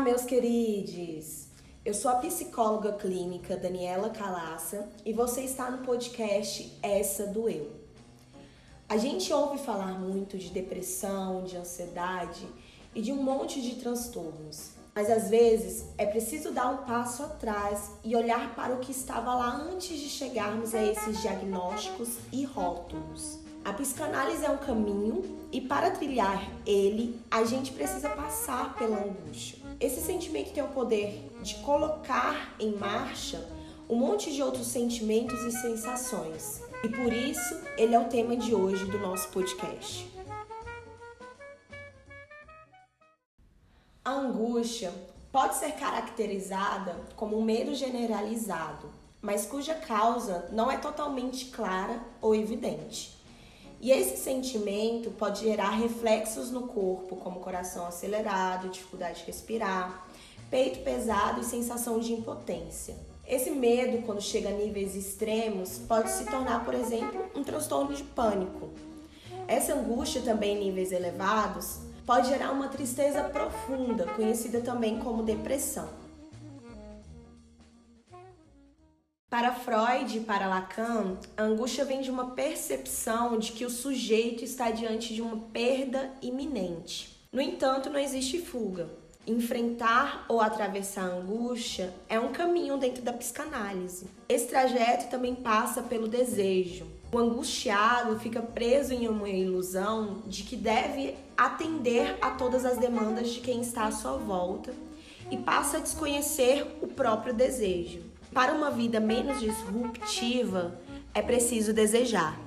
meus queridos! Eu sou a psicóloga clínica Daniela Calassa e você está no podcast Essa Doeu. A gente ouve falar muito de depressão, de ansiedade e de um monte de transtornos, mas às vezes é preciso dar um passo atrás e olhar para o que estava lá antes de chegarmos a esses diagnósticos e rótulos. A psicanálise é um caminho e para trilhar ele, a gente precisa passar pela angústia. Esse sentimento tem o poder de colocar em marcha um monte de outros sentimentos e sensações. E por isso, ele é o tema de hoje do nosso podcast. A angústia pode ser caracterizada como um medo generalizado, mas cuja causa não é totalmente clara ou evidente. E esse sentimento pode gerar reflexos no corpo, como coração acelerado, dificuldade de respirar, peito pesado e sensação de impotência. Esse medo, quando chega a níveis extremos, pode se tornar, por exemplo, um transtorno de pânico. Essa angústia, também em níveis elevados, pode gerar uma tristeza profunda, conhecida também como depressão. Para Freud e para Lacan, a angústia vem de uma percepção de que o sujeito está diante de uma perda iminente. No entanto, não existe fuga. Enfrentar ou atravessar a angústia é um caminho dentro da psicanálise. Esse trajeto também passa pelo desejo. O angustiado fica preso em uma ilusão de que deve atender a todas as demandas de quem está à sua volta e passa a desconhecer o próprio desejo. Para uma vida menos disruptiva, é preciso desejar.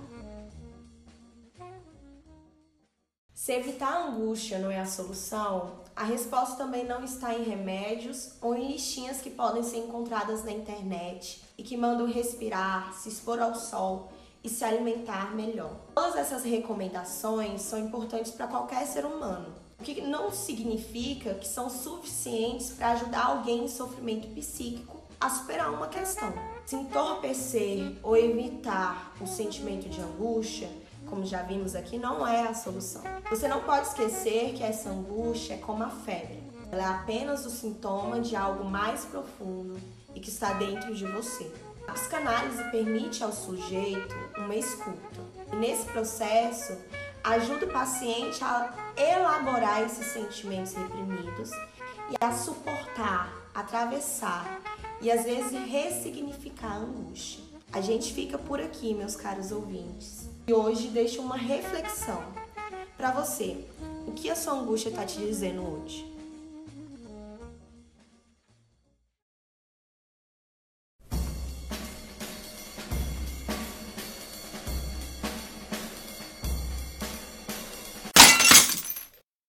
Se evitar a angústia não é a solução, a resposta também não está em remédios ou em listinhas que podem ser encontradas na internet e que mandam respirar, se expor ao sol e se alimentar melhor. Todas essas recomendações são importantes para qualquer ser humano, o que não significa que são suficientes para ajudar alguém em sofrimento psíquico a superar uma questão. Se entorpecer ou evitar o sentimento de angústia, como já vimos aqui, não é a solução. Você não pode esquecer que essa angústia é como a febre. Ela é apenas o sintoma de algo mais profundo e que está dentro de você. A psicanálise permite ao sujeito uma escuta. E nesse processo, ajuda o paciente a elaborar esses sentimentos reprimidos e a suportar, atravessar e às vezes ressignificar a angústia. A gente fica por aqui, meus caros ouvintes. E hoje deixo uma reflexão para você. O que a sua angústia está te dizendo hoje?